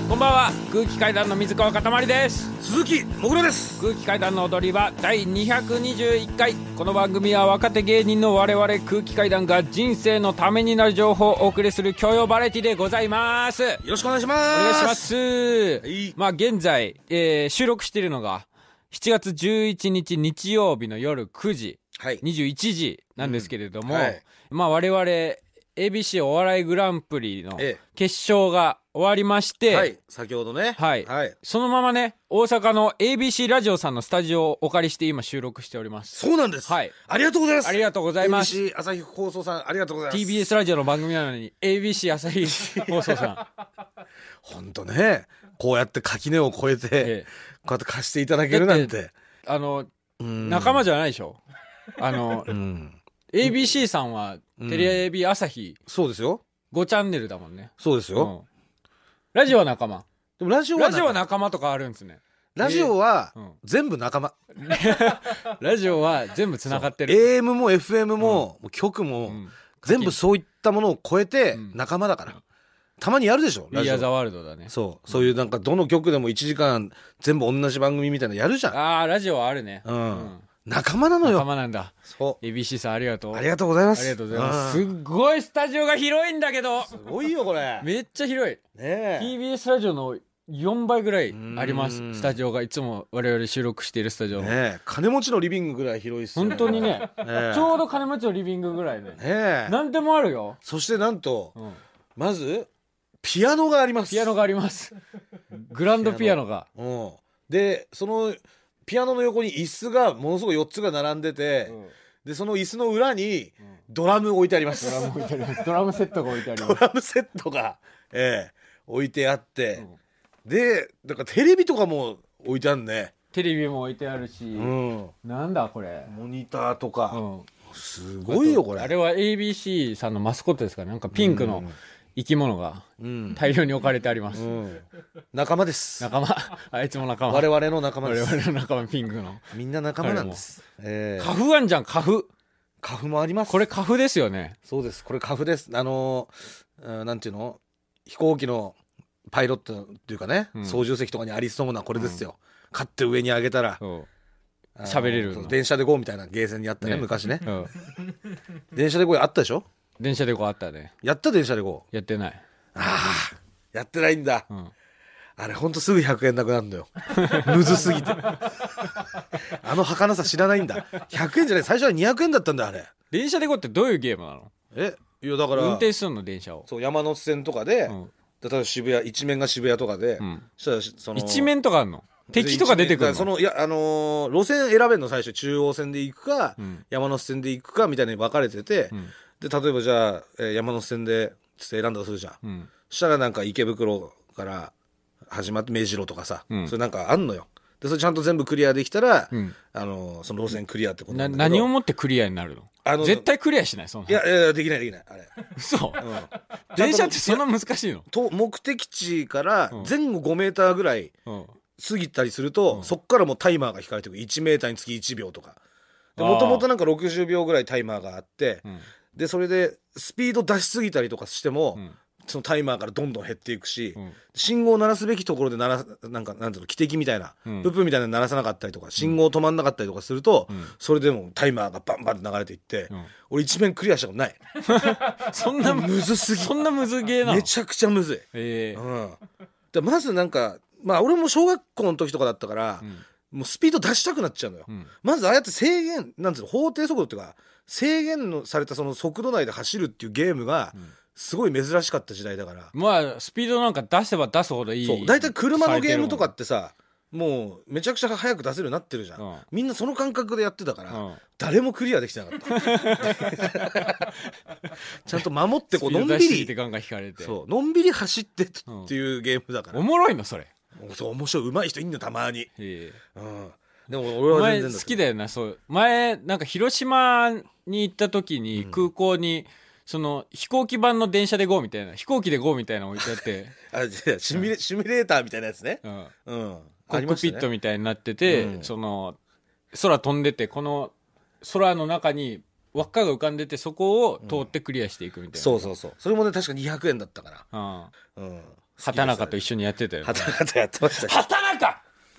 こんばんは、空気階段の水川かたまりです。 鈴木もぐらです。 空気階段の踊り場第221回。この番組は若手芸人の我々空気階段が人生のためになる情報をお送りする教養バラエティでございます。よろしくお願いします。 お願いします。まあ現在、収録しているのが7月11日日曜日の夜9時、はい、21時なんですけれども、はい、まあ我々ABC お笑いグランプリの決勝が終わりまして、 はい、先ほどね、 はいはい、そのままね、大阪の ABC ラジオさんのスタジオをお借りして今収録しております。 そうなんです、はい、ありがとうございます。 ありがとうございます。 ABC 朝日放送さんありがとうございます。 TBS ラジオの番組なのに ABC 朝日放送さんほんとね、こうやって垣根を越えて、こうやって貸していただけるなんて、 仲間じゃないでしょ。ABC さんはテレビ朝日、 そうですよ、 5チャンネルだもんね。 そうですよ、 ラジオは仲間。 でもラジオは仲間とかあるんですね。 ラジオは全部仲間、 ラジオは全部つながってる。 AM も FM も局も全部そういったものを超えて仲間だから。たまにやるでしょ、 ラジオ。We are the worldだね。 そういうなんかどの局でも1時間全部同じ番組みたいなのやるじゃん。 ああ、ラジオはあるね。 仲間なのよ。 仲間なんだ。そう。ABC さんありがとう。 ありがとうございます。 ありがとうございます。すっごいスタジオが広いんだけど。 すごいよこれ。 めっちゃ広い。ね。TBS ラジオの4倍ぐらいあります。スタジオがいつも我々収録しているスタジオの。 ね、金持ちのリビングぐらい広いっすよ。 本当にね。ちょうど金持ちのリビングぐらいね。なんでもあるよ。 そしてなんとまずピアノがあります。 ピアノがあります。グランドピアノが。 でそのピアノの横に椅子がものすごい4つが並んでて、でその椅子の裏にドラム置いてあります。 ドラムセットが置いてあります。 ドラムセットが、置いてあって、でだからテレビとかも置いてあるね。 テレビも置いてあるし、なんだこれ、 モニターとか、すごいよこれ。 あれは ABC さんのマスコットですかね。なんかピンクの生き物が大量に置かれてあります。 仲間です。 仲間。あいつも仲間。 我々の仲間です。 我々の仲間、ピンクの。 みんな仲間なんです。 カフあんじゃん、カフ。 カフもあります。 これカフですよね。 そうです。これカフです。なんていうの、飛行機のパイロットっていうかね、操縦席とかにありそうなこれですよ。買って上に上げたら喋れる。 電車で GO みたいなゲーセンにあったね、昔ね。電車で GO あったでしょ。 電車で GO あったね。 やった電車で GO。 やってない。 やってないんだ。あれほんとすぐ100円なくなるんだよ。むずすぎて。あの儚さ知らないんだ。100円じゃない、最初は200円だったんだあれ。 電車で GO ってどういうゲームなの？ いやだから運転するの、電車を。 そう、山手線とかで、例えば渋谷、一面が渋谷とかで、 その一面とかあるの？敵とか出てくるの？ いや路線選べるの。最初中央線で行くか、山手線で行くかみたいに分かれてて、で例えばじゃあ、山手線で選んだとするじゃん、そしたらなんか池袋から始まって目白とかさ、それなんかあんのよ。でそれちゃんと全部クリアできたら、その路線クリアってことなんだけど。 何をもってクリアになるの？絶対クリアしない。そんな。 いやできないあれ。 嘘。電車ってそんな難しいの？ 目的地から前後5メーターぐらい過ぎたりすると、そっからもうタイマーが引かれてくる。1メーターにつき1秒とか。もともとなんか60秒ぐらいタイマーがあって、でそれでスピード出しすぎたりとかしても、そのタイマーからどんどん減っていくし、信号を鳴らすべきところでなんていうの、汽笛みたいな、ププみたいなの鳴らさなかったりとか、信号止まんなかったりとかすると、それでもタイマーがバンバンって流れていって、俺一面クリアしたことない。 そんなむずすぎ。そんなむずゲーなの？ めちゃくちゃむずい。でまずなんか、まあ俺も小学校の時とかだったから、もうスピード出したくなっちゃうのよ。まずああやって制限、なんていうの、法定速度っていうか制限のされたその速度内で走るっていうゲームがすごい珍しかった時代だから。 まあスピードなんか出せば出すほどいい。 そう、だいたい車のゲームとかってさ、もうめちゃくちゃ速く出せるようになってるじゃん、みんなその感覚でやってたから、誰もクリアできてなかったちゃんと守ってこうのんびりそうのんびり走ってっていうゲームだから。 おもろいのそれ。 そう、面白い、上手い人いんのたまに。 でも俺は全然好きだよな。そう、前なんか広島に行った時に空港に、その飛行機版の電車で GO みたいな、飛行機で GO みたいなの置いてあってシミュレーターみたいなやつね。 コックピットみたいになってて、その空飛んでて、この空の中に輪っかが浮かんでて、そこを通ってクリアしていくみたいな。 そうそれもね確か200円だったから。 畑中と一緒にやってたよ、ね、 畑中とやってました畑中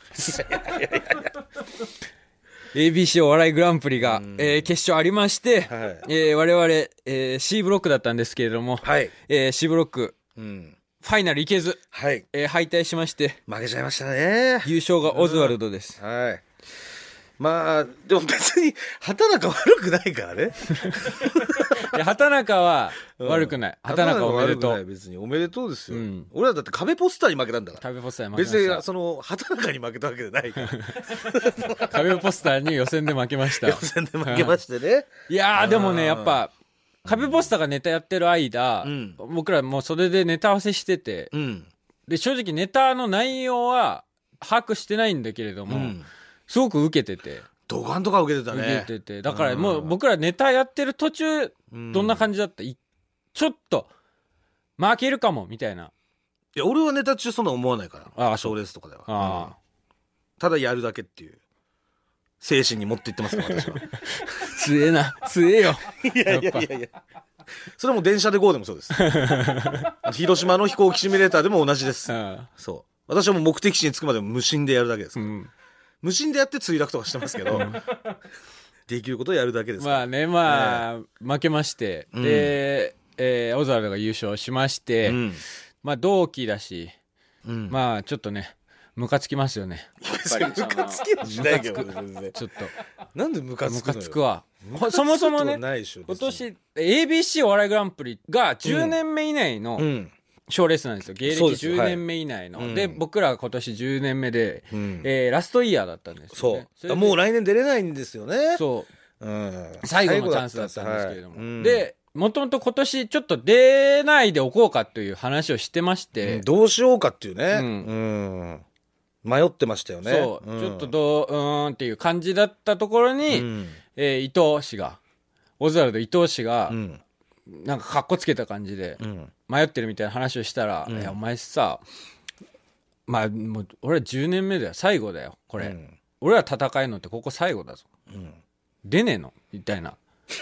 ABC お笑いグランプリが、決勝ありまして、はい、我々、C ブロックだったんですけれども、はい、C ブロック、ファイナルいけず、はい、敗退しまして負けちゃいましたね。 優勝がオズワルドです、 はい。まあでも別に畑中悪くないからねいや畑中は悪くない、畑中おめでとう。 別におめでとうですよ、俺らだって壁ポスターに負けたんだから。 壁ポスターに負けました。 別にその畑中に負けたわけじゃないから壁ポスターに予選で負けました予選で負けましてねいやでもねやっぱ壁ポスターがネタやってる間、僕らもう袖でネタ合わせしてて、で正直ネタの内容は把握してないんだけれども、すごく受けててドカンとか受けてたね。 受けててだからもう僕らネタやってる途中どんな感じだった、ちょっと負けるかもみたいな。 いや俺はネタ中そんな思わないから賞レースとかでは、ただやるだけっていう精神に持っていってますから私は強えな強えよいやそれも電車で GO でもそうです広島の飛行機シミュレーターでも同じです。そう私はもう目的地に着くまで無心でやるだけです、無心でやって墜落とかしてますけどできることをやるだけです。 まあね負けまして、で、オズワルドが優勝しまして、まあ同期だし、まあちょっとねムカつきますよね。 ムカつきはしないけど全然ちょっとなんでムカつくのよ。 ムカつくわ。そもそもね今年 ABC お笑いグランプリが10年目以内の賞レースなんですよ。芸歴10年目以内の。で僕ら今年10年目で、ラストイヤーだったんですよね。 そうもう来年出れないんですよね。 そう、最後のチャンスだったんですけれども、でもともと今年ちょっと出ないでおこうかという話をしてまして、 どうしようかっていうね、迷ってましたよね。 そう、ちょっとっていう感じだったところに、伊藤氏がオズワルド伊藤氏が、なんかカッコつけた感じで、迷ってるみたいな話をしたら、いやお前さまあもう俺は10年目だよ最後だよこれ、俺ら戦えるのってここ最後だぞ、出ねえのみたいな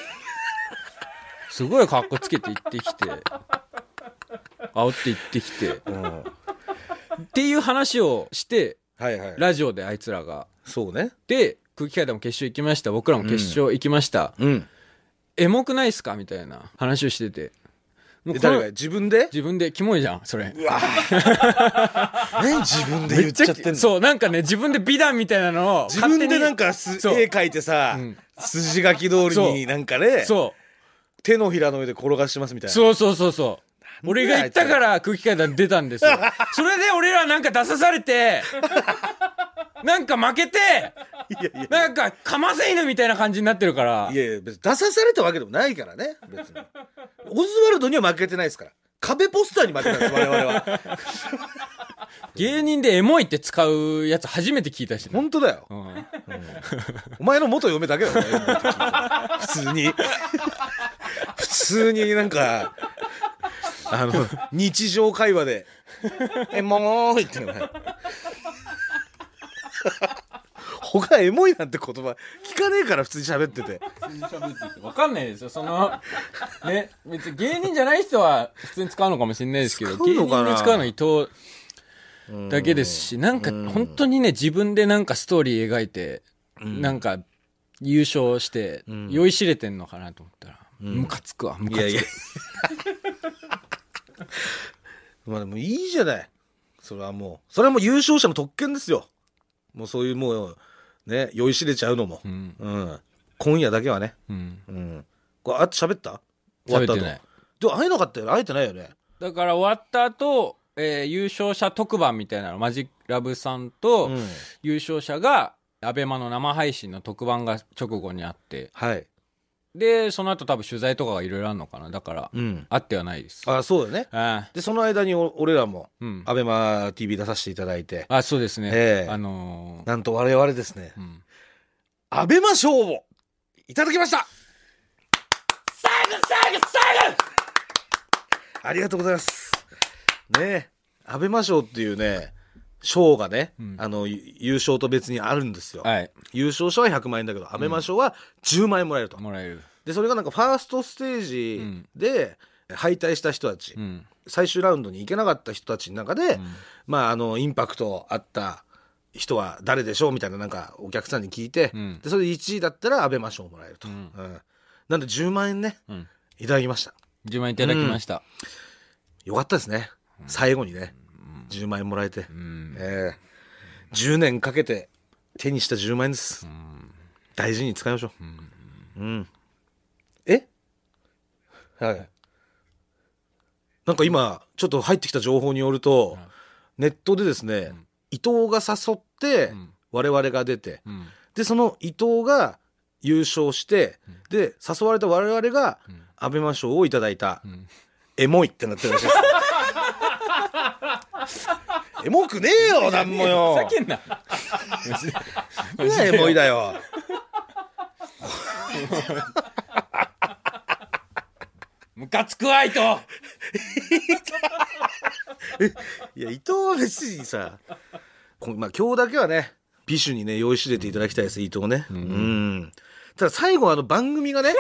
すごいカッコつけて言ってきて煽って言ってきて、っていう話をして、ラジオであいつらがそうね。 で空気階段も決勝行きました、僕らも決勝行きました、エモくないっすかみたいな話をしてて、 もう誰が自分でキモいじゃんそれ。うわ何自分で言っちゃってんの。 そうなんかね自分で美談みたいなのを自分でなんか絵描いてさ、筋書き通りになんかね手のひらの上で転がしてますみたいな。 そう俺が言ったから空気階段出たんですよそれで俺らなんか出さされてなんか負けてなんかかませ犬みたいな感じになってるから。 いや別に出さされたわけでもないからね。別にオズワルドには負けてないですから。壁ポスターに負けたんです我々は芸人でエモいって使うやつ初めて聞いたし、ね、 本当だよ、お前の元嫁だけだよ普通になんか日常会話でエモいってのが他エモいなんて言葉聞かねえから普通に喋ってて分かんないですよそのね。別に芸人じゃない人は普通に使うのかもしれないですけど、芸人で使うの伊藤だけですし、なんか本当にね自分でなんかストーリー描いて、なんか優勝して、酔いしれてんのかなと思ったら、ムカつくわムカつく。いやまあでもいいじゃない。それはもう優勝者の特権ですよ。もうそういうもうね酔いしれちゃうのも、今夜だけはね、これ喋った喋ってない。 でも会えなかったよね。会えてないよね。 だから終わった後、優勝者特番みたいなのマジラブさんと、優勝者がアベマの生配信の特番が直後にあって、でその後多分取材とかがいろいろあるのかな。だから、会ってはないです。 そうだね。でその間に俺らも、アベマ TV 出させていただいて、 そうですね、 なんと我々ですね、アベマ賞をいただきました。ありがとうございますね。アベマ賞っていうね賞がね、優勝と別にあるんですよ、優勝者は100万円だけど、アベマ賞は10万円もらえると。 もらえる。 でそれがなんかファーストステージで、 敗退した人たち、最終ラウンドに行けなかった人たちの中で、インパクトあった人は誰でしょうみたいな、なんかお客さんに聞いて、でそれで1位だったらアベマ賞もらえると、なんで10万円ね、いただきました。 10万円いただきました、 よかったですね、最後にね、10万円もらえて、10年かけて手にした10万円です、大事に使いましょう。はい。なんか今ちょっと入ってきた情報によると、ネットでですね、伊藤が誘って我々が出て、でその伊藤が優勝して、で誘われた我々がアベマ賞をいただいた、エモいってなってるらしいです。エモくねえよ、なんもよ。 ふざけんな。 エモいだよ。 ムカつくわ、伊藤。 いや伊藤は別にさ、今日だけはねビシュにね用意しれていただきたいです、伊藤ね。ただ最後番組がね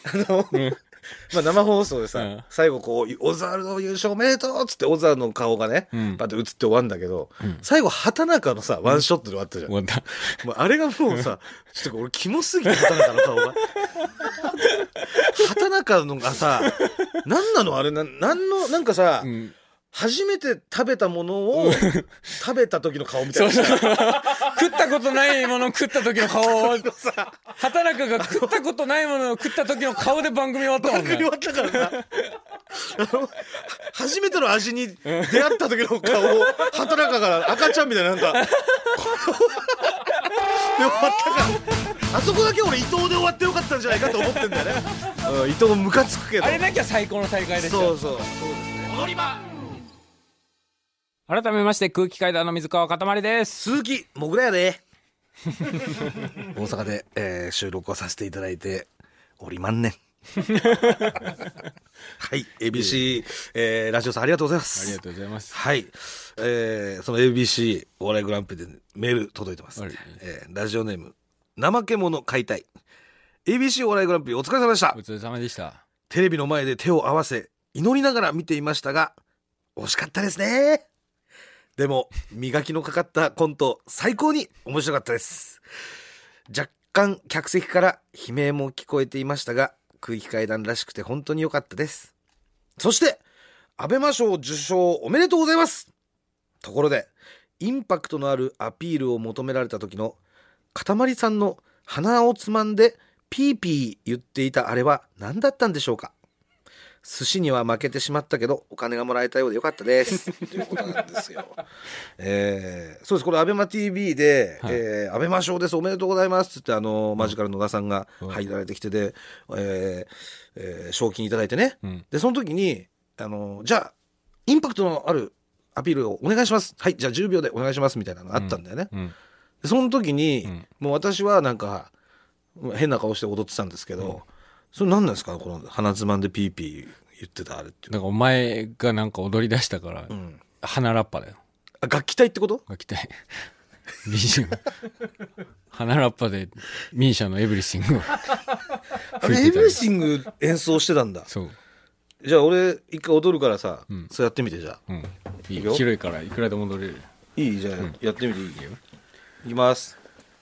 生放送でさ、最後こうオザワルド優勝おめでとうっつってオザワルドの顔がね、バッて映って終わるんだけど、最後畑中のさワンショットで終わったじゃん。もうあれがもうさちょっと俺キモすぎて、畑中の顔が畑中のがさ、何なのあれ、なんかさ、初めて食べたものを食べた時の顔みたいな。 食ったことないものを食った時の顔を畑中が食ったことないものを食った時の顔で番組終わったもんね。 番組終わったからさ初めての味に出会った時の顔を畑中から赤ちゃんみたいな、なんかで終わったから、あそこだけ俺伊藤で終わってよかったんじゃないかと思ってんだよね。伊藤もムカつくけど、 あれなきゃ最高の大会でした。 そうですね。踊り場。 改めまして空気階段の水川かたまりです。 鈴木もぐらやで大阪で、収録をさせていただいておりまんねんはい、ABC、ラジオさんありがとうございます。 ありがとうございます。 はい、その ABC お笑いグランプリでメール届いてます、ラジオネーム怠け者解体。 ABC お笑いグランプリお疲れ様でした。 お疲れ様でした。 テレビの前で手を合わせ祈りながら見ていましたが惜しかったですね。でも磨きのかかったコント最高に面白かったです。若干客席から悲鳴も聞こえていましたが空気階段らしくて本当に良かったです。そしてアベマ賞受賞おめでとうございます。ところでインパクトのあるアピールを求められた時のかたまりさんの鼻をつまんでピーピー言っていたあれは何だったんでしょうか。寿司には負けてしまったけどお金がもらえたようでよかったですということなんですよ。そうです、これアベマ TV で、アベマ賞ですおめでとうございますってマジカル野田さんが入られてきてで、賞金いただいてね、でその時にじゃあインパクトのあるアピールをお願いします、はいじゃあ10秒でお願いしますみたいなのがあったんだよね、でその時に、もう私はなんか変な顔して踊ってたんですけど、それ何なんですか、この鼻つまんでピーピー言ってたあれっていう。 なんかお前がなんか踊り出したから、鼻ラッパだよ。 あ、楽器隊ってこと？ 楽器隊BGM 鼻ラッパでミーシャのエブリシングをあれエブリシング演奏してたんだ。 そう。 じゃあ俺一回踊るからさ、そうやってみて。じゃあ、 いいよ、広いからいくらでも踊れる。 いい？じゃあ、やってみていいよ。いきます。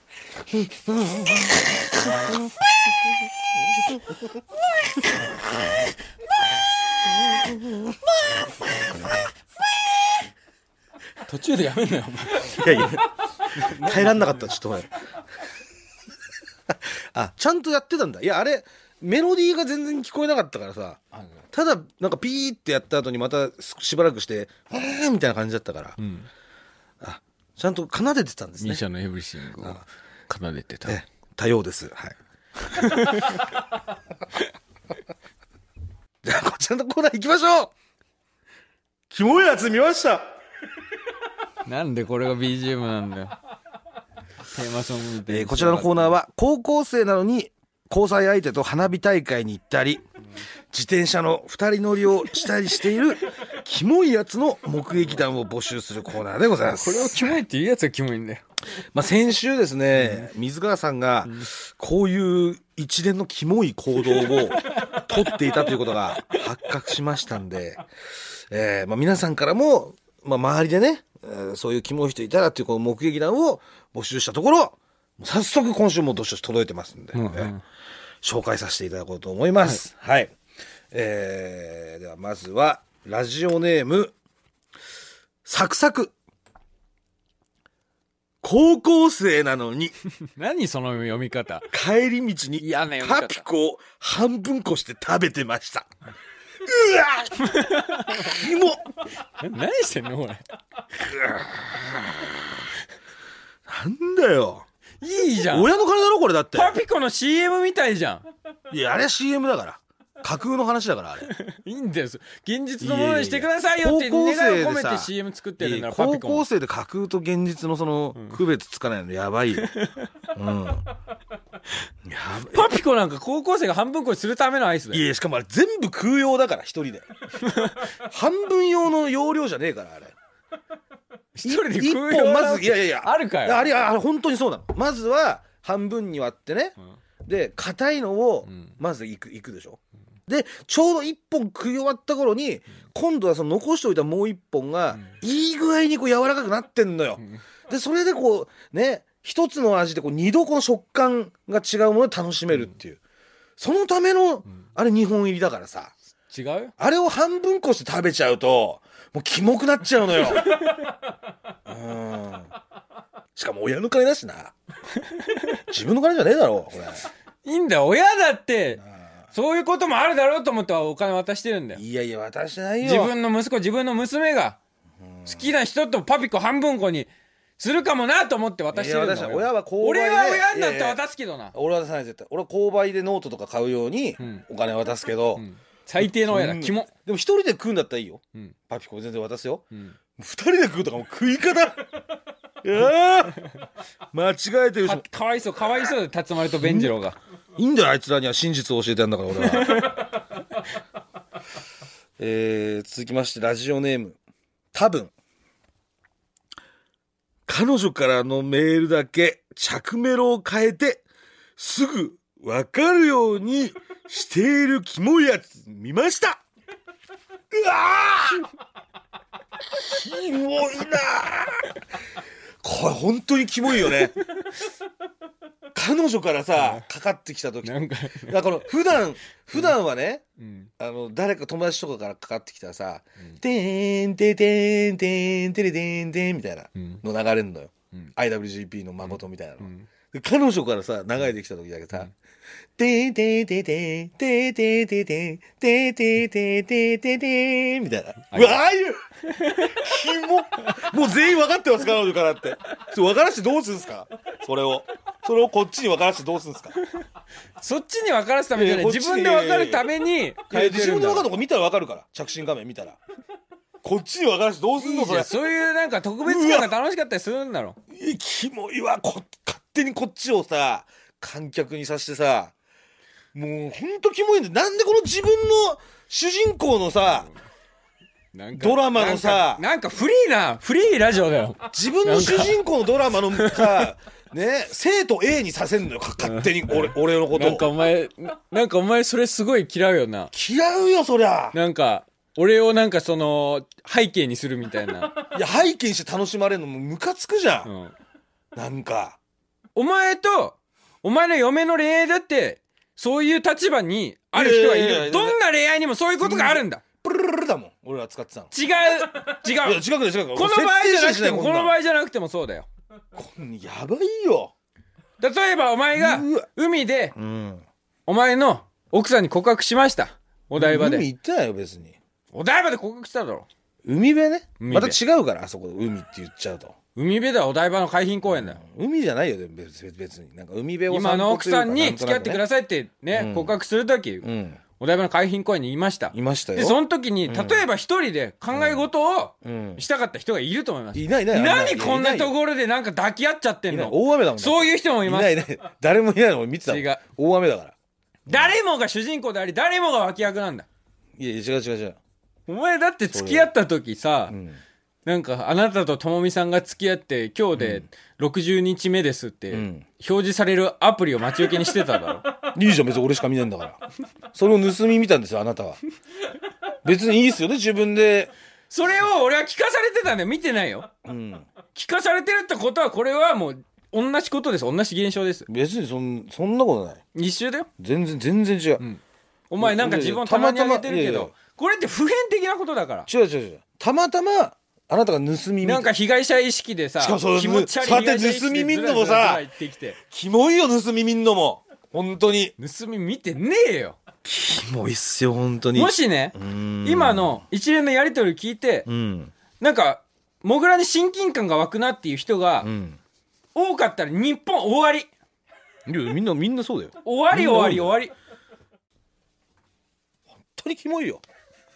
途中でやめんなよいやいや耐えらんなかった。ちょっと前あ、ちゃんとやってたんだ。いやあれメロディーが全然聞こえなかったからさ、ただなんかピーってやった後にまたしばらくしてみたいな感じだったから、あ、ちゃんと奏でてたんですね。 ミーシャのエブリシングを奏でてた。 多様です。はいじゃあこちらのコーナー行きましょう。キモいやつ見ました。 なんでこれが BGM なんだよ。テーマソングこちらのコーナーは高校生なのに交際相手と花火大会に行ったり、自転車の2人乗りをしたりしているキモいやつの目撃談を募集するコーナーでございます。 これをキモいっていうやつがキモいんだよ。 先週ですね、水川さんがこういう一連のキモい行動を取っていたということが発覚しましたんで、皆さんからも、周りでね、そういうキモい人いたらっていうこの目撃談を募集したところ、早速今週もどしどし届いてますんで、紹介させていただこうと思います。はい。ではまずはラジオネームサクサク。高校生なのに何その読み方。 帰り道にパピコを半分こして食べてました。うわキモ。 何してんのこれ。 なんだよ。 いいじゃん。 親の金だろこれ。だってパピコの CM みたいじゃん。いやあれは CM だから、架空の話だからあれ。いいんです。現実のものにしてくださいよって願いを込めて CM 作ってるんだから。 高校生で架空と現実のその区別つかないのやばいよ。 パピコなんか高校生が半分こにするためのアイスだよ。 いやしかもあれ全部空用だから一人で。半分用の容量じゃねえからあれ。 一人で空用まずいやあるかよ。 あれ本当にそうなの。まずは半分に割ってね、で硬いのをまずいくでしょ。でちょうど1本食い終わった頃に今度はその残しておいたもう1本がいい具合にこう柔らかくなってんのよ。でそれでこうね、一つの味でこう二度この食感が違うもので楽しめるっていう、そのためのあれ2本入りだからさ。 違うよ。あれを半分こして食べちゃうともうキモくなっちゃうのよ。しかも親の金だしな。自分の金じゃねえだろこれ。いいんだよ、親だってそういうこともあるだろうと思ってお金渡してるんだよ。 いや渡してないよ。 自分の息子自分の娘が好きな人とパピコ半分こにするかもなと思って渡してるんだよ。 親は購買で、 俺は親になって渡すけどな。 俺は渡さない絶対。俺は購買でノートとか買うようにお金渡すけど、 最低の親だ。キモ。 でも一人で食うんだったらいいよ、パピコ全然渡すよ。二人で食うとかも食い方間違えてるし。 かわいそうで辰丸と弁次郎が。 いいんだよあいつらには真実を教えてやんだから俺は。続きましてラジオネーム多分。彼女からのメールだけ着メロを変えてすぐ分かるようにしているキモいやつ見ました。うわキモいな。これ本当にキモいよね。彼女からさかかってきた時なんかこの普段はね、誰か友達とかからかかってきたらさ「てーんててんてんてれてんてん」みたいなの流れるのよ、IWGP の誠みたいなの、彼女からさ流れてきた時だけさ「てんてんてんてんてんてんてんてんてんてんてんてんてんてん」みたいな、うわああいうキモ。もう全員分かってます彼女からって。分からしてどうするんですか。それをこっちに分からしてどうするんですか。 そっちに分からすためじゃない、自分で分かるために変えてるんだ。自分で分かるとこ見たら分かるから、着信画面見たらこっちに分からしてどうすんの。それそういうなんか特別感が楽しかったりするんだろ。 キモいわ。勝手にこっちをさ観客にさせてさ、もうほんとキモいんだよ。なんでこの自分の主人公のさ、ドラマのさなんかフリーラジオだよ。 自分の主人公のドラマのさね、生徒 A にさせんのよ勝手に俺のことを。 なんかお前それすごい嫌うよな。 嫌うよそりゃ。 なんか俺をなんかその背景にするみたいな。 いや背景にして楽しまれるのもムカつくじゃん、なんかお前とお前の嫁の恋愛だってそういう立場にある人はいる。どんな恋愛にもそういうことがあるんだ。 プルルルだもん俺は使ってたの。 違ういや違くないこの場合じゃなくてもこの場合じゃなくてもそうだよ。 やばいよ。 例えばお前が海でお前の奥さんに告白しました。お台場で。 海行ってないよ別に。 お台場で告白しただろ。 海辺ね。また違うからあそこ海って言っちゃうと。 海辺だよ。お台場の海浜公園だよ。 海じゃないよ別に。なんか海辺を今の奥さんに付き合ってくださいってね告白するときお台場の海浜公園にいました。 いましたよ。 でその時に例えば一人で考え事をしたかった人がいると思います。 いない。 何こんなところでなんか抱き合っちゃってんの。 大雨だもん。 そういう人もいます。 いない。誰もいないの見てたもん。違う。大雨だから。 誰もが主人公であり誰もが脇役なんだ。 いや違う。 お前だって付き合った時さ、なんかあなたとともみさんが付き合って今日で60日目ですって表示されるアプリを待ち受けにしてただろ。 いいじゃん、別に俺しか見ないんだから。それを盗み見たんですよ、あなたは。別にいいっすよね、自分で。 それを俺は聞かされてたんだよ。見てないよ。聞かされてるってことは、これはもう同じことです。同じ現象です。 別にそんなことない。 一緒だよ。 全然違う。 お前なんか自分をたまに上げてるけど、これって普遍的なことだから。 違う。たまたまあなたが盗み見た。 なんか被害者意識でさ、 しかもそう気持ち悪いさて盗み見んのもさ、キモいよ、盗み見んのも。本当に盗み見てねえよ。 キモいっすよ、本当に。 もしね、今の一連のやり取りを聞いて、なんかモグラに親近感が湧くなっていう人が多かったら日本終わり。 いや、みんなそうだよ。 終わり。本当にキモいよ。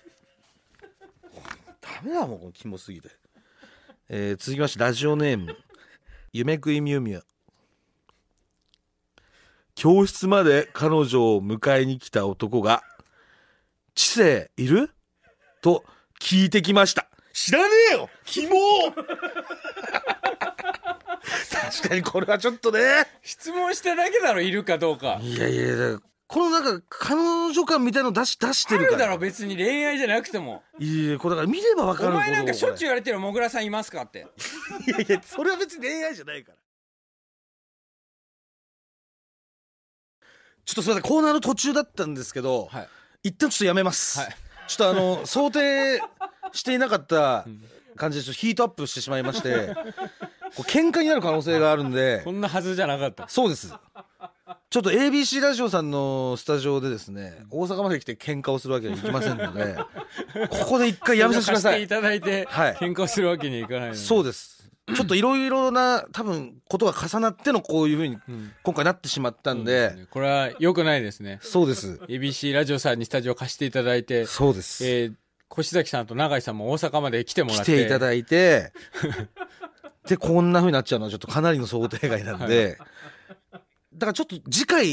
ダメだもん、このキモすぎて。続きまして、ラジオネーム夢食いみゅみゅ。教室まで彼女を迎えに来た男が、知性いると聞いてきました。知らねえよ、キモ確かにこれはちょっとね、 質問しただけだろ、いるかどうか。 いやこのなんか彼女感みたいの出してるから。あるだろ、別に恋愛じゃなくても。 いや、これだから見れば分かる。 お前なんかしょっちゅう言われてる、もぐらさんいますかって。 いやそれは別に恋愛じゃないから。ちょっとすみません、コーナーの途中だったんですけど、一旦ちょっとやめます。ちょっと想定していなかった感じでちょっとヒートアップしてしまいまして、喧嘩になる可能性があるんで。 こんなはずじゃなかった。 そうです。ちょっと ABC ラジオさんのスタジオでですね、大阪まで来て喧嘩をするわけにはいきませんので、ここで一回やめさせてください。 貸していただいて、喧嘩をするわけにはいかないので。 そうです。ちょっといろいろな多分ことが重なってのこういう風に今回なってしまったんで、 これは良くないですね。 そうです。 ABC ラジオさんにスタジオ貸していただいて、 そうです。 越崎さんと永井さんも大阪まで来てもらって、 来ていただいてでこんな風になっちゃうのはちょっとかなりの想定外なんで、だからちょっと次回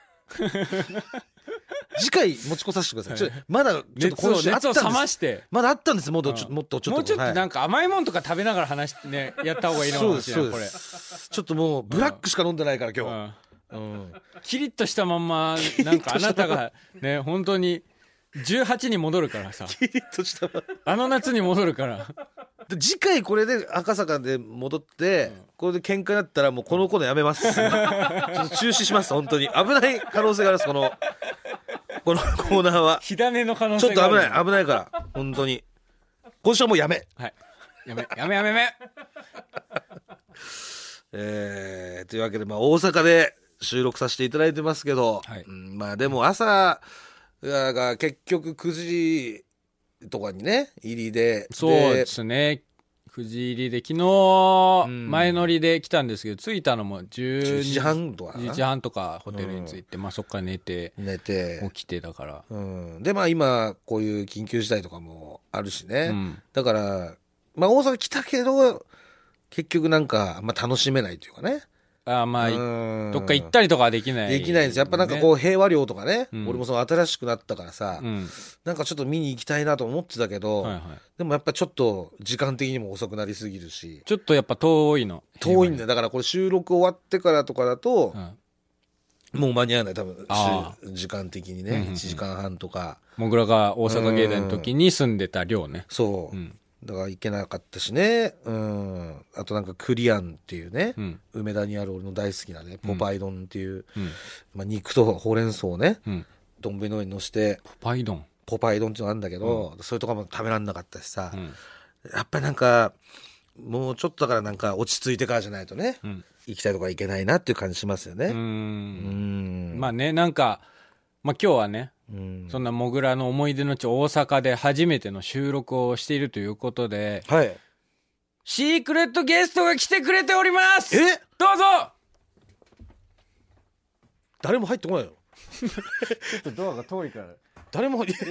持ち越させてください。まだちょっと今週あったんです。 熱を冷まして。 まだあったんです。もっとちょっとなんか甘いもんとか食べながら話してね、やった方がいいのかもしれない。これちょっともうブラックしか飲んでないから今日。 キリッとしたまんま、なんかあなたがね、本当に18に戻るからさ。 キリッとしたあの夏に戻るから。 次回これで赤坂で戻って、これで喧嘩になったらもうこのコーナーやめます。ちょっと中止します。本当に危ない可能性があるんです。このコーナーは火種の可能性がある。ちょっと危ないから本当に今週はもうやめ。 はい、やめというわけで、大阪で収録させていただいてますけど、でも朝が結局9時とかにね入りで、 そうですね、9時入りで昨日前乗りで来たんですけど、着いたのも10時半とか11時半とかホテルに着いて、そっから寝て起きてだから、 で今こういう緊急事態とかもあるしね、だから大阪来たけど結局なんかあんま楽しめないというかね。 どっか行ったりとかはできない、 できないんです。やっぱなんかこう平和寮とかね、俺もその新しくなったからさ、なんかちょっと見に行きたいなと思ってたけど、でもやっぱちょっと時間的にも遅くなりすぎるし、 ちょっとやっぱ遠いんだよ。だからこれ収録終わってからとかだと、もう間に合わない多分時間的にね、1時間半とか。 もぐらが大阪芸大の時に住んでた寮ね。 そう、だから行けなかったしね。あとなんかクリアンっていうね、梅田にある俺の大好きなねポパイ丼っていう、肉とほうれん草をね、丼の上に乗せてポパイ丼っていうのがあるんだけど、それとかも食べられなかったしさ、やっぱりなんかもうちょっとだからなんか落ち着いてからじゃないとね、行きたいとか行けないなっていう感じしますよね。 なんか今日はね、そんなもぐらの思い出の地大阪で初めての収録をしているということで、シークレットゲストが来てくれております。どうぞ。 誰も入ってこないよ。 ちょっとドアが遠いから誰も入って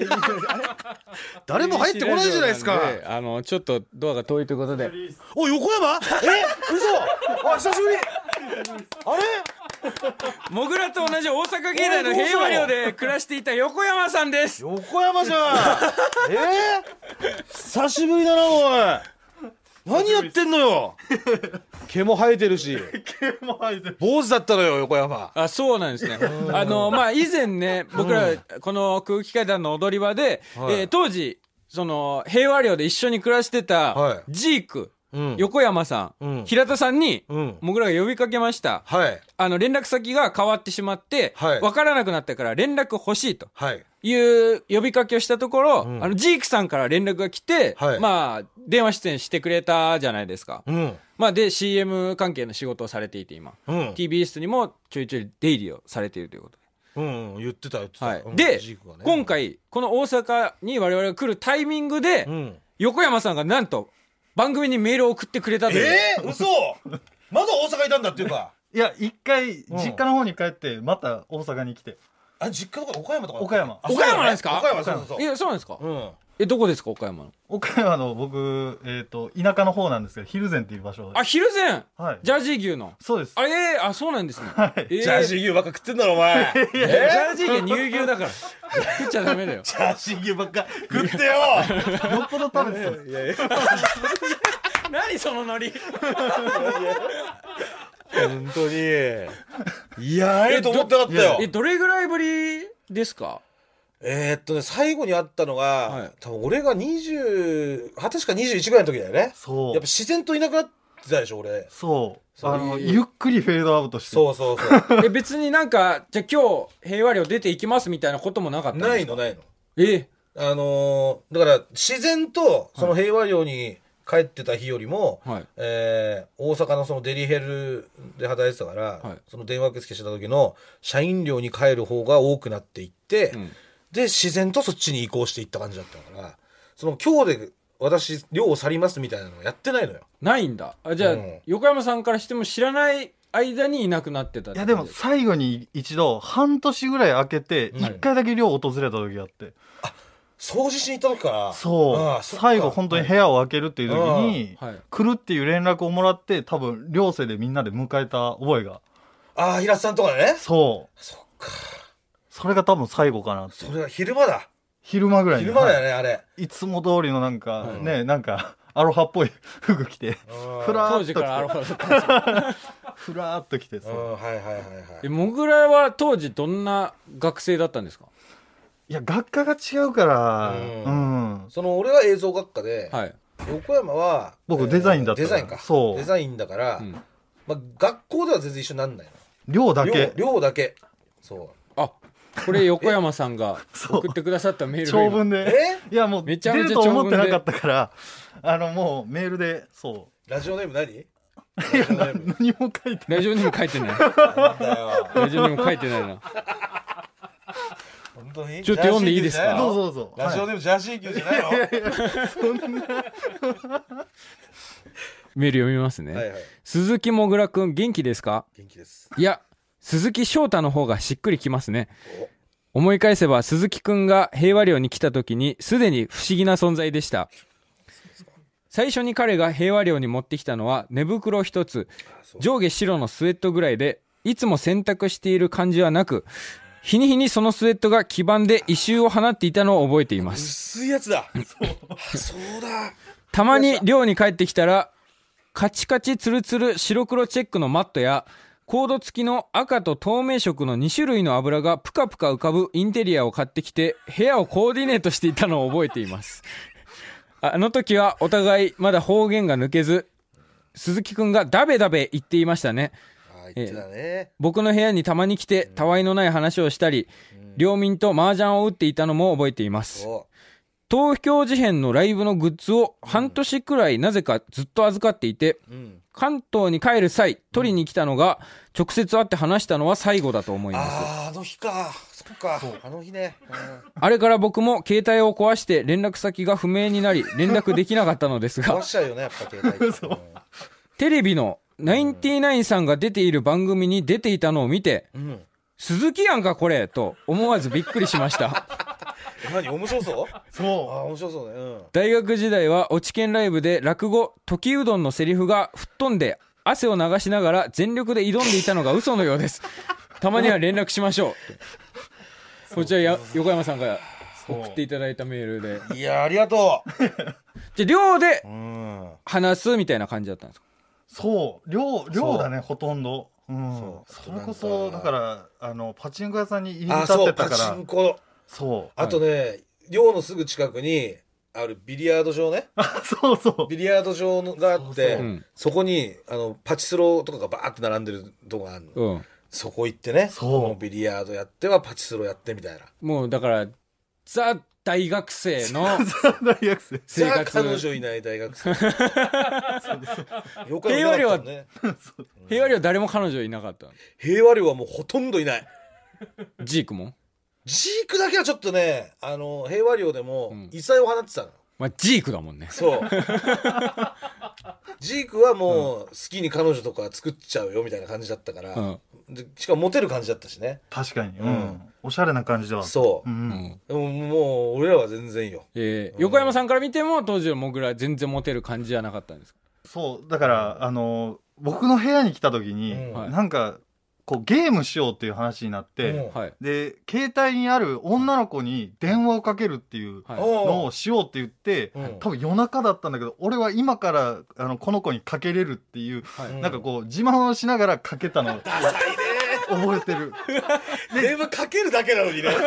こないじゃないですか。 ちょっとドアが遠いということで。 お、横山？嘘？久しぶり。あれ？ もぐらと同じ大阪芸大の平和寮で暮らしていた横山さんです。 横山じゃん。久しぶりだなおい。 何やってんのよ毛も生えてるし坊主だったのよ横山。 あ、そうなんですね。まあ以前ね、僕らこの空気階段の踊り場で、当時その平和寮で一緒に暮らしてたジーク、横山さん、平田さんに僕らが呼びかけました。連絡先が変わってしまって、分からなくなったから連絡欲しいという呼びかけをしたところ、ジークさんから連絡が来て、まあ電話出演してくれたじゃないですか。まあで CM 関係の仕事をされていて今、TBS にもちょいちょい出入りをされているということで。 言ってた。 で、今回この大阪に我々が来るタイミングで、横山さんがなんと番組にメールを送ってくれたという。 嘘まだ大阪いたんだっていうか。 いや、一回実家の方に帰ってまた大阪に来て。 実家とか岡山とか。 岡山なんですか。 岡山、そう。 そうなんですか。どこですか岡山の。 岡山の僕田舎の方なんですけど、蒜山っていう場所。 あ、蒜山。ジャージー牛の。 そうです。 あ、そうなんですね。 ジャージー牛ばっか食ってんだろお前。 ジャージー牛乳牛だから食っちゃダメだよ。 ジャージー牛ばっか食ってよ。 よっぽど食べてた。 何そのノリ。 本当にいやと思ってなかったよ。 どれぐらいぶりですか。 最後に会ったのが、多分俺が20歳か21ぐらいの時だよね。 そう。 やっぱ自然といなくなってたでしょ俺。 そう。ゆっくりフェードアウトして。 そう別になんかじゃあ今日平和寮出ていきますみたいなこともなかったんですか。 ないの。だから自然とその平和寮に帰ってた日よりも、大阪のそのデリヘルで働いてたから、その電話受付してた時の社員寮に帰る方が多くなっていって、で自然とそっちに移行していった感じだったから、その今日で私寮を去りますみたいなのやってないのよ。 ないんだ。じゃあ、横山さんからしても知らない間にいなくなってた。 いやでも最後に一度半年ぐらい空けて1回だけ寮を訪れた時があって、 掃除しに行った時から。 そう。最後本当に部屋を開けるっていう時に、来るっていう連絡をもらって、多分、寮生でみんなで迎えた覚えが。 平田さんとかね。 そう。 そっか。 それが多分最後かなって。 それは昼間だ。 昼間ぐらいに。 昼間だよね、あれ。 いつも通りのなんか、なんか、アロハっぽい服着て、 ふらーっと。当時からアロハだったふらーっと着て。 もぐらは当時どんな学生だったんですか。 いや、学科が違うから、 その俺は映像学科で、横山は僕デザインだった。 デザインか。そう。デザインだから、学校では全然一緒になんないの。 寮だけ。 寮だけ。そう。 これ横山さんが送ってくださったメール長文で。いやもうめちゃめちゃ出ると思ってなかったから、もうメールで、そう。 ラジオネーム何？ いや何も書いてない。 ラジオネーム書いてない。ラジオネーム書いてないな。 本当に？ ちょっと読んでいいですか？ どうぞ。 ラジオネームジャーシー牛じゃないの？ メール読みますね。鈴木もぐらくん元気ですか？ 元気です。 いや、鈴木翔太の方がしっくりきますね。思い返せば鈴木くんが平和寮に来た時にすでに不思議な存在でした。最初に彼が平和寮に持ってきたのは寝袋一つ、上下白のスウェットぐらいで、いつも洗濯している感じはなく、日に日にそのスウェットが黄ばんで異臭を放っていたのを覚えています。 薄いやつだ。そうだ。 たまに寮に帰ってきたら、カチカチツルツル白黒チェックのマットや、コード付きの赤と透明色の2種類の油がプカプカ浮かぶインテリアを買ってきて、部屋をコーディネートしていたのを覚えています。あの時はお互いまだ方言が抜けず、鈴木くんがダベダベ言っていましたね。僕の部屋にたまに来てたわいのない話をしたり、領民と麻雀を打っていたのも覚えています。東京事変のライブのグッズを半年くらいなぜかずっと預かっていて、関東に帰る際取りに来たのが、直接会って話したのは最後だと思います。 あの日か。そっか。あの日ね。 あれから僕も携帯を壊して連絡先が不明になり連絡できなかったのですが、 壊しちゃうよねやっぱ携帯。 テレビのナインティナインさんが出ている番組に出ていたのを見て、鈴木やんかこれと思わずびっくりしました。 何面白そう？ そう。 面白そうね。 大学時代は落研ライブで落語時うどんのセリフが吹っ飛んで汗を流しながら全力で挑んでいたのが嘘のようです。たまには連絡しましょう。こちら横山さんが送っていただいたメールで。 いやありがとう。 じゃあ寮で話すみたいな感じだったんですか？ そう寮だね、ほとんど。それこそだからパチンコ屋さんに入り浸ってたから。 パチンコ。そうあとね、寮のすぐ近くにあるビリヤード場ね。 そうビリヤード場があって、そこにパチスロとかがバーって並んでるとこがあるの。そこ行ってね、ビリヤードやってはパチスロやってみたいな。 もうだからザ大学生の大学生生活。彼女いない大学生。 平和寮は平和寮は誰も彼女いなかった。 平和寮はもうほとんどいない。 ジークもジークだけはちょっとね、平和寮でも異彩を放ってたの。 まあジークだもんね。 そうジークはもう好きに彼女とか作っちゃうよみたいな感じだったから、しかもモテる感じだったしね。 確かに、おしゃれな感じでは。 そう、でももう俺らは全然よ。 横山さんから見ても当時のモグラ全然モテる感じじゃなかったんですか？ そうだから僕の部屋に来た時に、なんかこうゲームしようっていう話になって、で携帯にある女の子に電話をかけるっていうのをしようって言って、多分夜中だったんだけど、俺は今からこの子にかけれるっていう、なんかこう自慢をしながらかけたのを覚えてる。 電話かけるだけなのにね。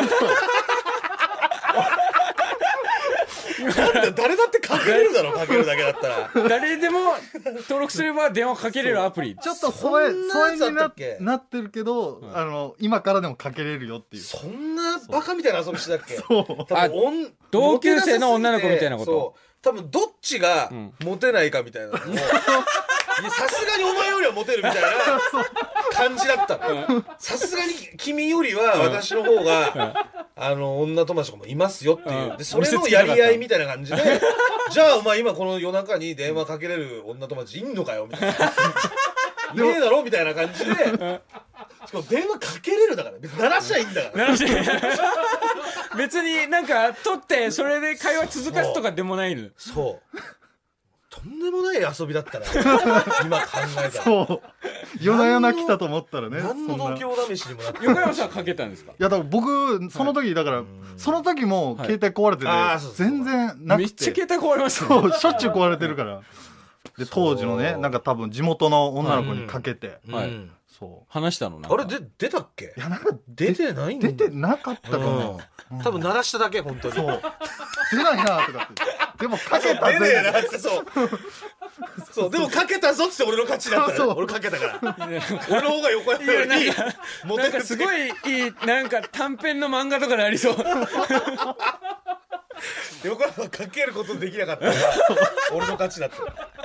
誰だってかけれるだろ、かけるだけだったら。 誰でも登録すれば電話かけれるアプリ。 ちょっと疎遠になってるけど、今からでもかけれるよっていう。 そんなバカみたいな遊びしてたっけ？ 同級生の女の子みたいなこと。 多分どっちがモテないかみたいなのを、さすがにお前よりはモテるみたいな感じだったの。さすがに君よりは私の方が女友達とかもいますよっていう。でそれのやり合いみたいな感じで、じゃあお前今この夜中に電話かけれる女友達いんのかよみたいな。いねえだろみたいな感じで。しかも電話かけれるだから、別に鳴らしゃいいんだから。 別になんか取ってそれで会話続かすとかでもないの。 そうとんでもない遊びだったな今考えたら。 そう夜な夜な来たと思ったらね、 何の度胸試しにもなって。 横山さんかけたんですか？ いやだから僕その時だからその時も携帯壊れてて全然なくて、 めっちゃ携帯壊れましたね。そうしょっちゅう壊れてるから。で当時のね、なんか多分地元の女の子にかけて、 そう話したの。 あれ出たっけ？ いやなんか出てないんだ。 出てなかったかも。 多分鳴らしただけ本当に。そう出ないなとかって。でもかけたぜ。 出ねえなってそうでもかけたぞって俺の勝ちだった。俺かけたから。俺の方が横山よりモテる。 なんかすごいいいなんか短編の漫画とかでありそう。 横山かけることできなかったから俺の勝ちだった。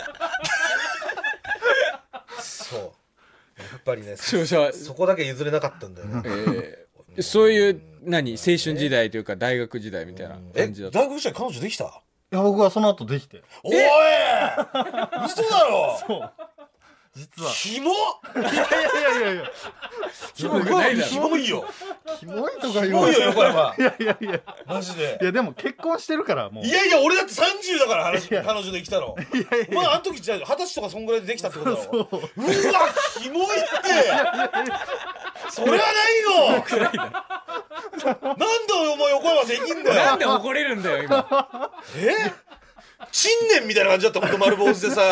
そうやっぱりね、そこだけ譲れなかったんだよね。 そういう青春時代というか大学時代みたいな感じだった。 大学時代彼女できた？ いや僕はその後できて。 おい嘘だろ。 そう実はキモ。 いやキモくないだろ。キモいよ。 キモいとか言う。 キモいよ横山。 いやマジで。 いやでも結婚してるからもう。 いや俺だって30だから彼女できたの。まああの時じゃあ20歳とかそんぐらいでできたってことだろ。うわキモいって。それはないの。なんでお前横山できんだよ。 なんで怒れるんだよ今。 新年みたいな感じだった。ほんと丸坊主でさ。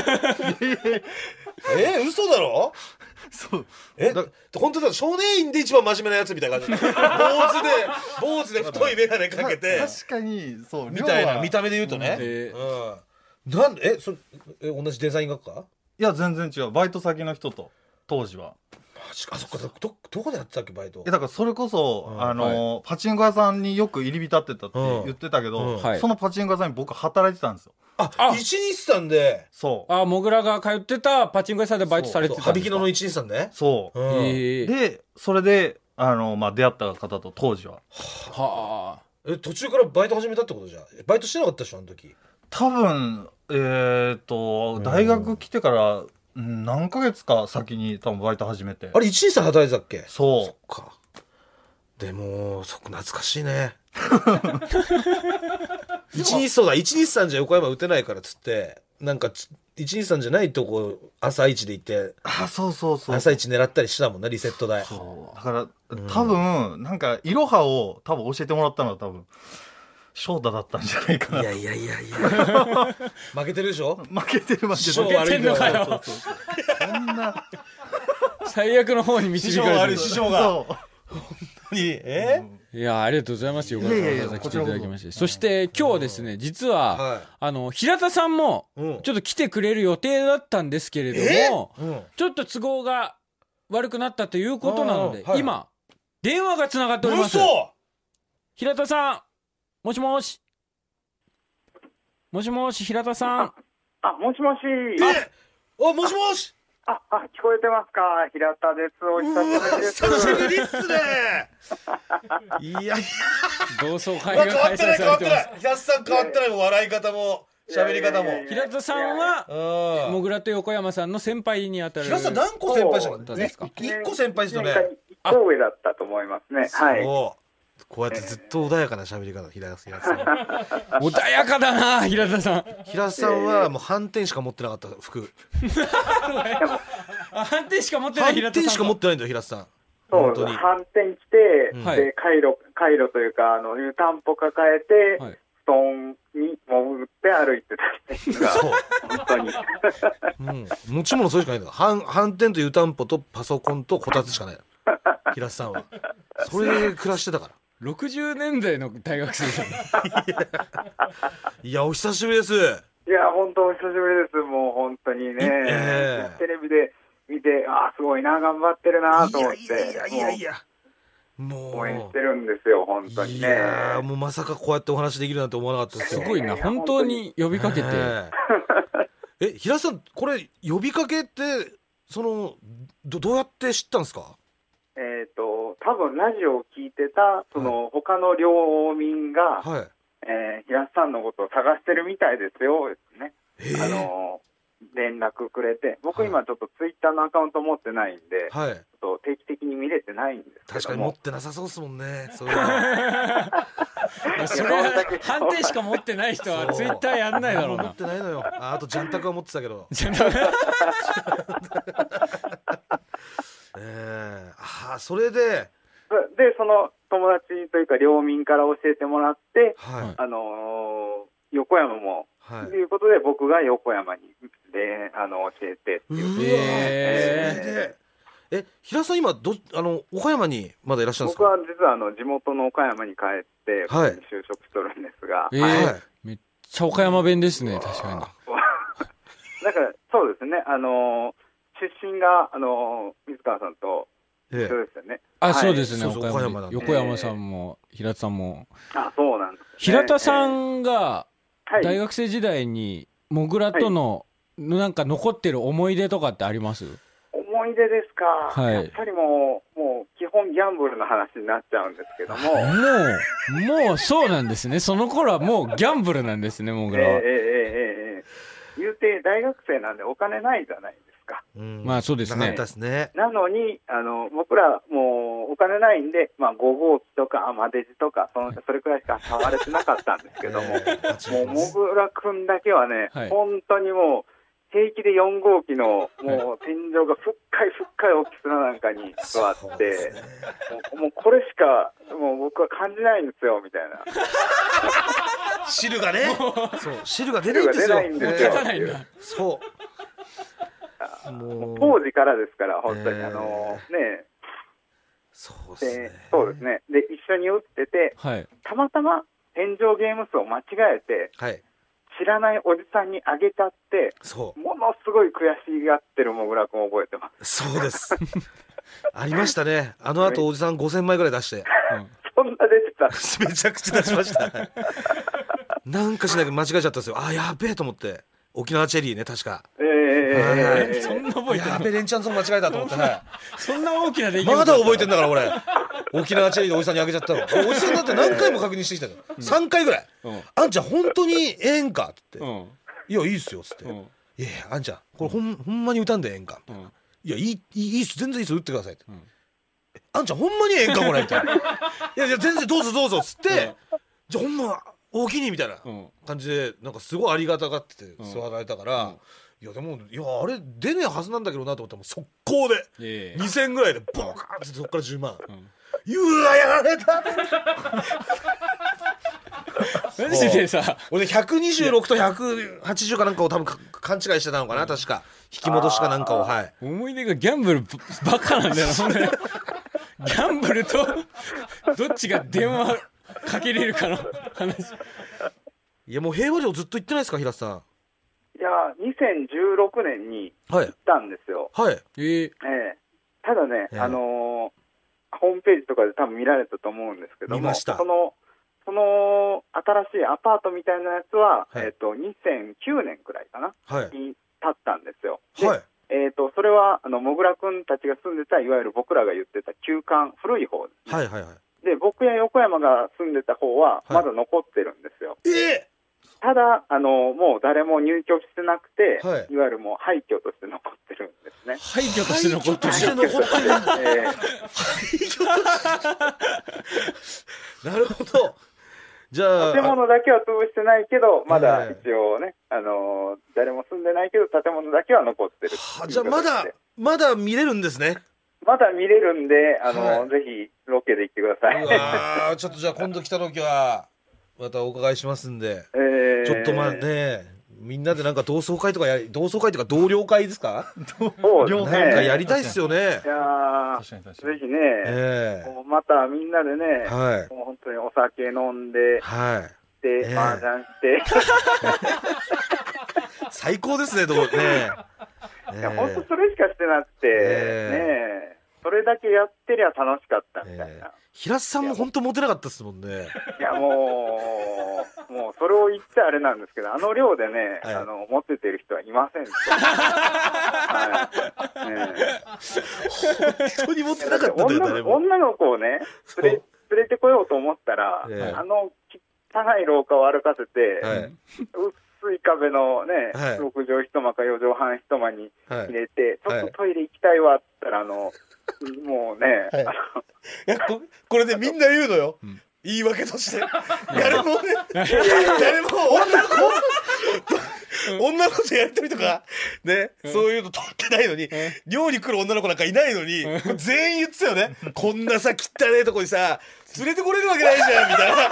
嘘だろ。 そう本当だ。少年院で一番真面目なやつみたいな感じ。坊主で太い眼鏡かけて。 確かにそうみたいな見た目で言うとね。なんで同じデザイン学科？ いや全然違う。バイト先の人と当時は。 あそっか。どこでやってたっけバイト？ だからそれこそパチンコ屋さんによく入り浸ってたって言ってたけど、そのパチンコ屋さんに僕働いてたんですよ。 123で。 そう。 もぐらが通ってたパチンコ屋さんでバイトされてたんですか？ 羽引きの123ね。 そう。でそれで出会った方と当時は。 はあ。途中からバイト始めたってことじゃん。バイトしてなかったでしょあの時。 多分大学来てから何ヶ月か先に多分バイト始めて。 あれ123働いてたっけ？ そう。 そっか。でも懐かしいね。123じゃ横山打てないからっつってなんか123じゃないとこ朝一で行って、 そう朝一狙ったりしたもんな、リセット代。 だから多分なんかいろはを多分教えてもらったのは多分翔太だったんじゃないかな。 いや負けてるでしょ。 負けてる負けてるのかよ。 そんな最悪の方に導かれてる。 師匠が本当にいやありがとうございますよ。来ていただきまして。そして今日ですね、実は平田さんもちょっと来てくれる予定だったんですけれども、ちょっと都合が悪くなったということなので、今電話がつながっております。平田さん、もしもし。もしもし、平田さん。 もしもし。 もしもし。 聞こえてますか。平田です。お久しぶりっすね。いや同窓会が開催されてます。 平田さん変わってないもん、笑い方も喋り方も。 平田さんはもぐらと横山さんの先輩にあたる。 平田さん何個先輩したんですか。1個先輩ですよね。 1個上だったと思いますね。はい。 こうやってずっと穏やかな喋り方、平田さん。 穏やかだな、平田さん。 平田さんはもう反転しか持ってなかった服。 反転しか持ってない平田さん。 反転しか持ってないんだよ、平田さん。 そう、反転して、で、回路というか、湯たんぽ抱えて、布団に潜って歩いてたっていうか、本当に。 持ち物それしかないんだ。反転と湯たんぽとパソコンとこたつしかない。平田さんは。それで暮らしてたから。 60年代の大学生じゃん。 いや、お久しぶりです。 いや、本当お久しぶりです。もう本当にね、テレビで見て、すごいな、頑張ってるなと思って。 いやもう応援してるんですよ、本当にね。 いや、もうまさかこうやってお話できるなんて思わなかったですよ。 すごいな、本当に呼びかけて。 平田さん、これ呼びかけってどうやって知ったんですか。 多分ラジオを聞いてた他の領民が、平田さんのことを探してるみたいですよですね。連絡くれて、僕今ちょっとツイッターのアカウント持ってないんで、ちょっと定期的に見れてないんですけども。 確かに持ってなさそうですもんね。それは反転しか持ってない人はツイッターやんないだろうな。 持ってないのよ。あとジャンタクは持ってたけど。それでその友達というか領民から教えてもらって、横山もということで、僕が横山にで教えてっていう。 平田さん今岡山にまだいらっしゃるんですか。 僕は実は地元の岡山に帰ってここに就職しとるんですが、 めっちゃ岡山弁ですね。確かに。 だからそうですね、出身が水川さんと一緒ですよね。 そうですね。横山さんも平田さんも。 そうなんですね。 平田さんが大学生時代にもぐらとのなんか残ってる思い出とかってあります？ 思い出ですか。やっぱりもう基本ギャンブルの話になっちゃうんですけども。 もうそうなんですね。その頃はもうギャンブルなんですね、もぐらは。 言うて大学生なんでお金ないじゃないですか。 まあそうですね。 なのに僕らもうお金ないんで、5号機とかアマデジとかそれくらいしか買われてなかったんですけども、もうもぐらくんだけはね、本当にもう平気で4号機のもう天井がふっかい大きさなんかに座って、もうこれしかもう僕は感じないんですよみたいな。 汁がね、汁が出ないんですよ。そう。 当時からですから本当にそうですね。で一緒に打ってて、たまたま天井ゲーム数を間違えて、知らないおじさんにあげちゃって、ものすごい悔しがってるもぐらくん覚えてます。 そうです。ありましたね。あの後おじさん5000枚ぐらい出して。 そんな出てた。めちゃくちゃ出しました。なんかしなきゃ間違えちゃったんですよ。やべえと思って。沖縄チェリーね、確か。 そんな覚えてる。 やべえ、レンチャンソン間違えたと思ってね。 そんな大きな出来事。まだ覚えてんだから俺。沖縄チェリーでおじさんにあげちゃったの。おじさんだって何回も確認してきたの。3回ぐらい。あんちゃん本当にええんかって。いや、いいっすよ、つって。いや、あんちゃん、これほんまに歌んでええんか。いや、いいっす、全然いいっす、打ってくださいって。あんちゃんほんまにええんか、これみたいな。いや、全然どうぞ、つって。じゃあほんま、 おおきにみたいな感じでなんかすごいありがたがってて座られたから、いやでもあれ出ねえはずなんだけどなと思ったらもう速攻で2000円ぐらいでボカーンってそっから10万、うわやられたマジでさ、 俺126と180かなんかを多分勘違いしてたのかな、確か引き戻しかなんかを。 思い出がギャンブルバカなんだよなギャンブルとどっちが電話かけれるかの話。 いやもう平和寮ずっと行ってないですか、平瀬さん。 いや2016年に行ったんですよ。 はい。 ただね、ホームページとかで多分見られたと思うんですけども、 見ました。 その新しいアパートみたいなやつは、2009年くらいかな、に建ったんですよ。 はい。 それはもぐらくんたちが住んでた、いわゆる僕らが言ってた旧館、古い方ですね。 はいはいはい。 で、僕や横山が住んでた方はまだ残ってるんですよ。ただもう誰も入居してなくて、いわゆるもう廃墟として残ってるんですね。 廃墟として残ってる。 なるほど。じゃあ建物だけは潰してないけど、まだ一応ね、誰も住んでないけど建物だけは残ってる。 じゃあまだ見れるんですね。 まだ見れるんで、ぜひロケで行ってください。 うわちょっとじゃあ今度来た時はまたお伺いしますんで、ちょっとまあね、みんなでなんか同窓会とか同窓会とか同僚会ですか？ そうですね。 なんかやりたいっすよね。いやぜひね、またみんなでね、もう本当にお酒飲んで、で麻雀して、 最高ですね、 いや本当それしかしてなくて、ね、それだけやってりゃ楽しかったみたいな。 平瀬さんも本当モテなかったですもんね。 いやもうそれを言っちゃあれなんですけど、寮でね、モテてる人はいません。 本当にモテなかったんだよ、誰も。 女の子をね連れてこようと思ったら、汚い廊下を歩かせて、薄い壁のね、6畳一間か4畳半一間に入れて、ちょっとトイレ行きたいわって言ったら、もうね、 これでみんな言うのよ、言い訳として。誰も女の子とやりとりとかね、そういうの取ってないのに、寮に来る女の子なんかいないのに、全員言ってたよね。こんなさ汚ねえとこにさ連れてこれるわけないじゃんみたいな。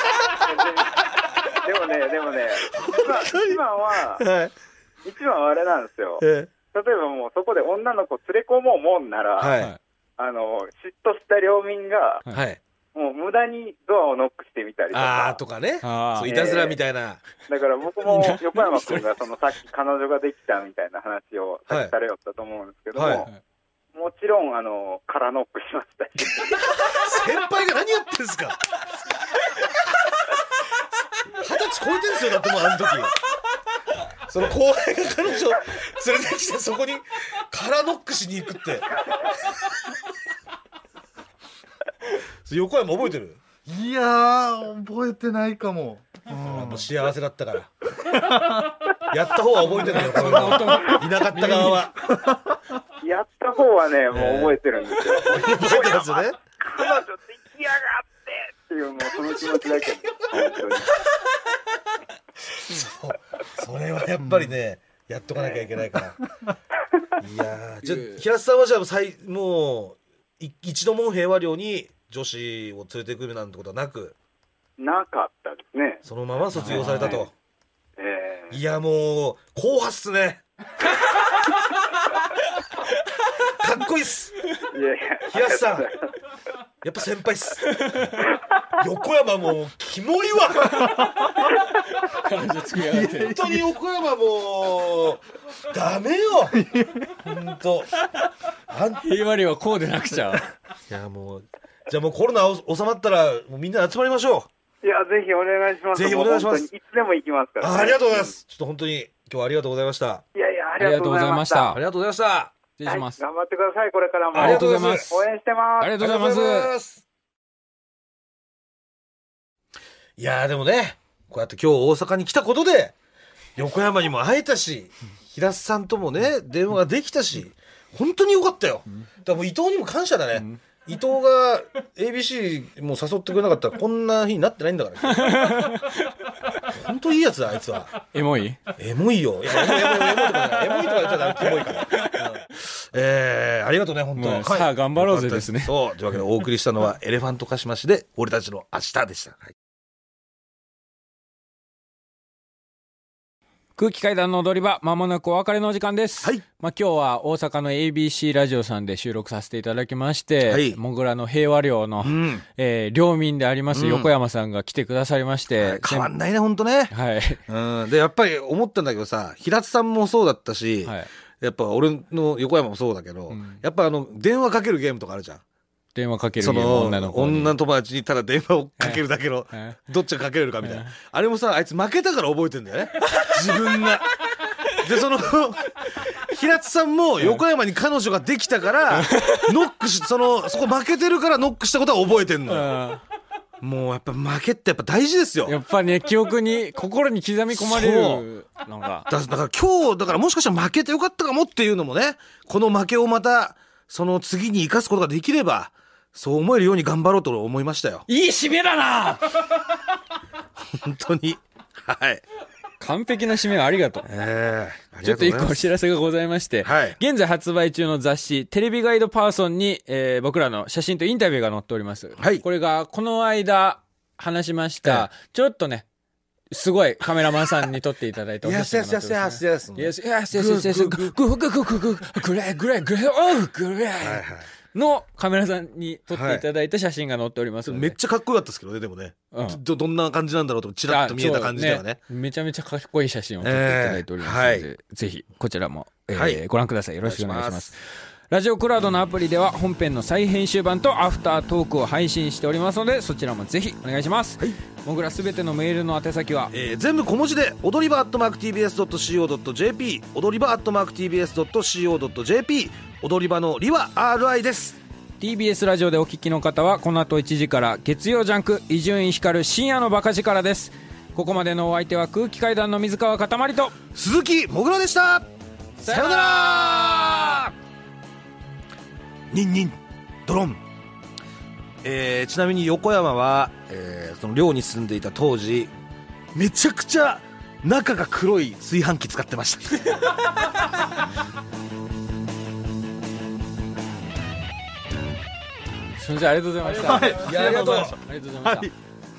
でもね、一番はあれなんですよ。例えばもうそこで女の子連れ込もうもんなら、嫉妬した領民が、もう無駄にドアをノックしてみたりとかね、いたずらみたいな。 だから僕も横山君がさっき彼女ができたみたいな話をさっきされよったと思うんですけども、もちろん空ノックしましたし。 先輩が何やってんすか。20歳超えてんすよ、だってもうあの時。その後輩が彼女連れてきてそこに空ノックしに行くって。横山覚えてる？ いやー覚えてないかも。 もう幸せだったからやった方は覚えてるよ。いなかった側はやった方はね、もう覚えてるんですよ。 覚えてますよね。 彼女できやがってっていう、もうその気持ちだけど、本当に。 それはやっぱりね、やっとかなきゃいけないから。いやじゃあ平瀬さんはじゃあもう一度も平和寮に女子を連れてくるなんてことはなく？ なかったですね。 そのまま卒業されたと。いやもう硬派っすね。かっこいいっす。平瀬さんやっぱ先輩っす。横山もうキモいわ。本当に横山もうダメよ。本当。 平和寮はこうでなくちゃ。 いやもうじゃあもうコロナ収まったらもうみんな集まりましょう。いやぜひお願いします。 ぜひお願いします。 いつでも行きますから、ね。 ありがとうございます。ちょっと本当に今日はありがとうございました。 いやありがとうございました。 ありがとうございました。 失礼します。 頑張ってください。これからも。 ありがとうございます。 応援してます。 ありがとうございます。 いやでもね、こうやって今日大阪に来たことで横山にも会えたし、平瀬さんともね電話ができたし、本当に良かったよ。だからもう伊藤にも感謝だね。 伊藤が ABC も誘ってくれなかったらこんな日になってないんだから本当いいやつだあいつは。 エモいエモいよ。エモいとか言っちゃダメ、キモいから。ありがとうね本当、 さあ頑張ろうぜですね。 そうというわけでお送りしたのはエレファントカシマシで俺たちの明日でした。はい、 空気階段の踊り場、まもなくお別れの時間です。はい。今日は大阪の ABC ラジオさんで収録させていただきまして、はい、もぐらの平和寮の、寮民であります横山さんが来てくださいまして。はい、 変わんないね、ほんとね。 はい。 で、やっぱり思ったんだけどさ、平津さんもそうだったし、はい、やっぱ俺の横山もそうだけど、やっぱ電話かけるゲームとかあるじゃん。 電話かけるゲーム、 女の友達にただ電話をかけるだけの、どっちがかけれるかみたいな。あれもさ、あいつ負けたから覚えてんだよね。自分が。で、平津さんも横山に彼女ができたから、ノックし、そこ負けてるからノックしたことは覚えてんのよ。もうやっぱ負けってやっぱ大事ですよ。 やっぱね、記憶に、心に刻み込まれるのが。 だから今日、だからもしかしたら負けてよかったかもっていうのもね、この負けをまた、次に生かすことができれば、そう思えるように頑張ろうと思いましたよ。 いい締めだな本当に。はい。 完璧な締めをありがとう。ちょっと一個お知らせがございまして、はい、現在発売中の雑誌、テレビガイドパーソンに、僕らの写真とインタビューが載っております。はい、これが、この間、話しました、ちょっとね、すごいカメラマンさんに撮っていただいてお写真が載ってます、ね。のカメラさんに撮っていただいた写真が載っておりますので、 めっちゃかっこよかったですけどね、でもね、どんな感じなんだろうとチラッと見えた感じでは ね、 めちゃめちゃかっこいい写真を撮っていただいておりますので、ぜひこちらも、ご覧ください。よろしくお願いします。ラジオクラウドのアプリでは本編の再編集版とアフタートークを配信しておりますので、そちらもぜひお願いします。もぐらすべてのメールの宛先は、 全部小文字で踊り場@tbs.co.jp 踊り場@tbs.co.jp 踊り場のりは RI です。 TBS ラジオでお聞きの方はこの後1時から月曜ジャンク伊集院光る深夜のバカ力です。ここまでのお相手は空気階段の水川かたまりと鈴木もぐらでした。さようなら。ニンニンドロン。ちなみに横山は、その寮に住んでいた当時めちゃくちゃ中が黒い炊飯器使ってましたすみません、ありがとうございました。 はい、いや、ありがとうございました。 ありがとうございました。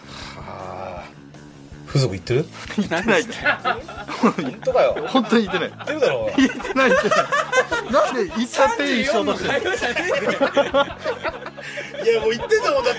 風俗行ってる？ 行ってないって。 本当かよ。 本当に行ってない。 行ってるだろ。 行ってない行ってない。なんで行っちゃって一緒として。 いやもう言ってんだもんだって。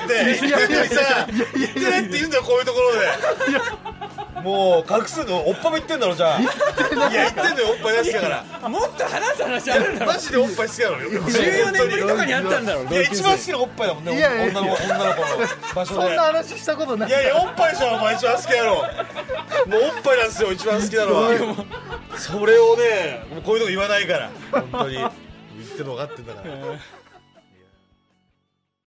言ってないって言うんだよこういうところで。もう隠すのおっぱも言ってんだろじゃあ。いや言ってんだよおっぱい出したから。 もっと話す話あるんだろ。 マジでおっぱい好きなのよ。 14年ぶりとかにあったんだろ。 いや一番好きなおっぱいだもんね。女の子の場所で。 そんな話したことない。 いやいやおっぱいでしょお前一番好きなの。もうおっぱいなんですよ一番好きなのは。それをねもうこういうとこ言わないから本当に言ってるの分かってんだから。